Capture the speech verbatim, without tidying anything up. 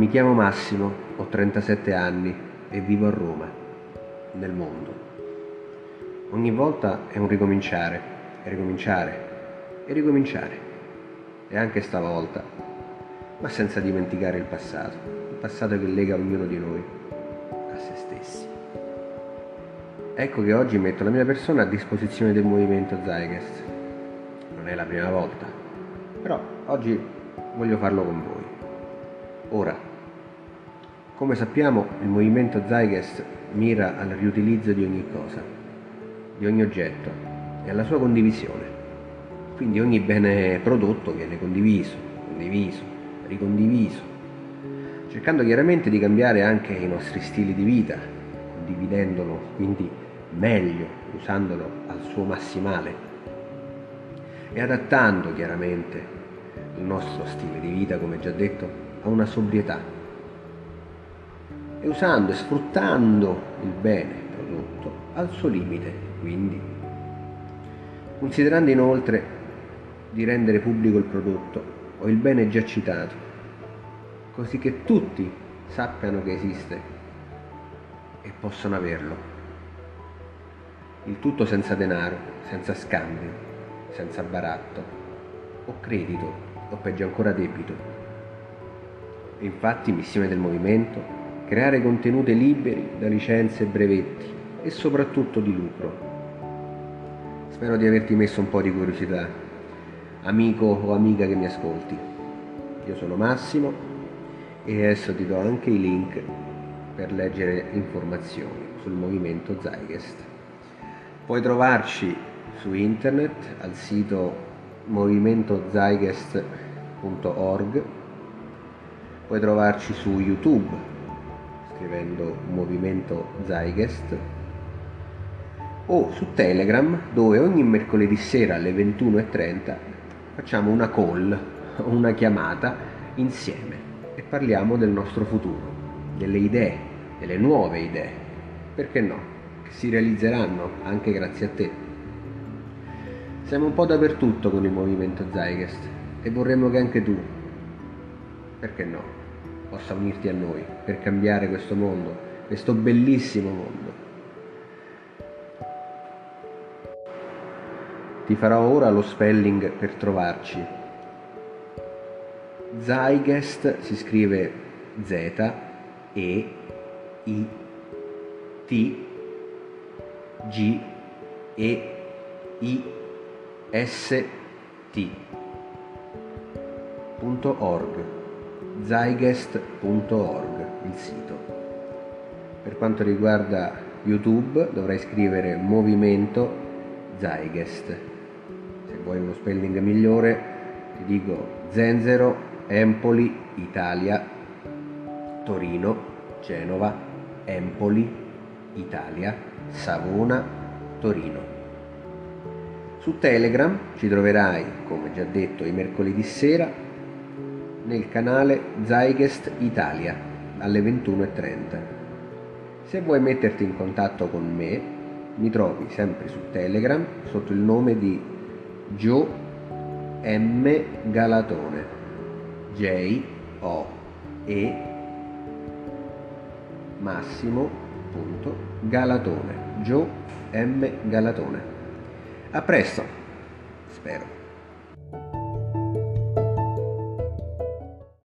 Mi chiamo Massimo, ho trentasette anni e vivo a Roma, nel mondo. Ogni volta è un ricominciare, e ricominciare, e ricominciare. E anche stavolta, ma senza dimenticare il passato, il passato che lega ognuno di noi a se stessi. Ecco che oggi metto la mia persona a disposizione del movimento Zeitgeist. Non è la prima volta, però oggi voglio farlo con voi. Ora, come sappiamo, il movimento Zeitgeist mira al riutilizzo di ogni cosa, di ogni oggetto e alla sua condivisione. Quindi ogni bene prodotto viene condiviso, condiviso, ricondiviso, cercando chiaramente di cambiare anche i nostri stili di vita, condividendolo quindi meglio, usandolo al suo massimale e adattando chiaramente il nostro stile di vita, come già detto, a una sobrietà e usando e sfruttando il bene prodotto al suo limite, quindi considerando inoltre di rendere pubblico il prodotto o il bene già citato, così che tutti sappiano che esiste e possano averlo. Il tutto senza denaro, senza scambio, senza baratto o credito o peggio ancora debito. Infatti, missione del movimento: creare contenuti liberi da licenze e brevetti e soprattutto di lucro. Spero di averti messo un po' di curiosità, amico o amica che mi ascolti. Io sono Massimo e adesso ti do anche i link per leggere informazioni sul movimento Zeitgeist. Puoi trovarci su internet al sito movimento zeitgeist punto org, puoi trovarci su YouTube scrivendo Movimento Zeitgeist o su Telegram, dove ogni mercoledì sera alle ventuno e trenta facciamo una call, una chiamata insieme e parliamo del nostro futuro, delle idee, delle nuove idee, perché no, che si realizzeranno anche grazie a te. Siamo un po' dappertutto con il movimento Zeitgeist e vorremmo che anche tu, perché no, possa unirti a noi per cambiare questo mondo, questo bellissimo mondo. Ti farò ora lo spelling per trovarci. Zeitgeist si scrive Z E I T G E I S T punto org, zeitgeist punto org il sito. Per quanto riguarda YouTube dovrai scrivere Movimento Zeitgeist. Se vuoi uno spelling migliore ti dico Zenzero, Empoli, Italia, Torino, Genova, Empoli, Italia, Savona, Torino. Su Telegram ci troverai, come già detto, i mercoledì sera nel canale Zeitgeist Italia alle ventuno e trenta. Se vuoi metterti in contatto con me, mi trovi sempre su Telegram sotto il nome di Joe M. Galatone, J O E Massimo punto Galatone, Joe M. Galatone. A presto, spero.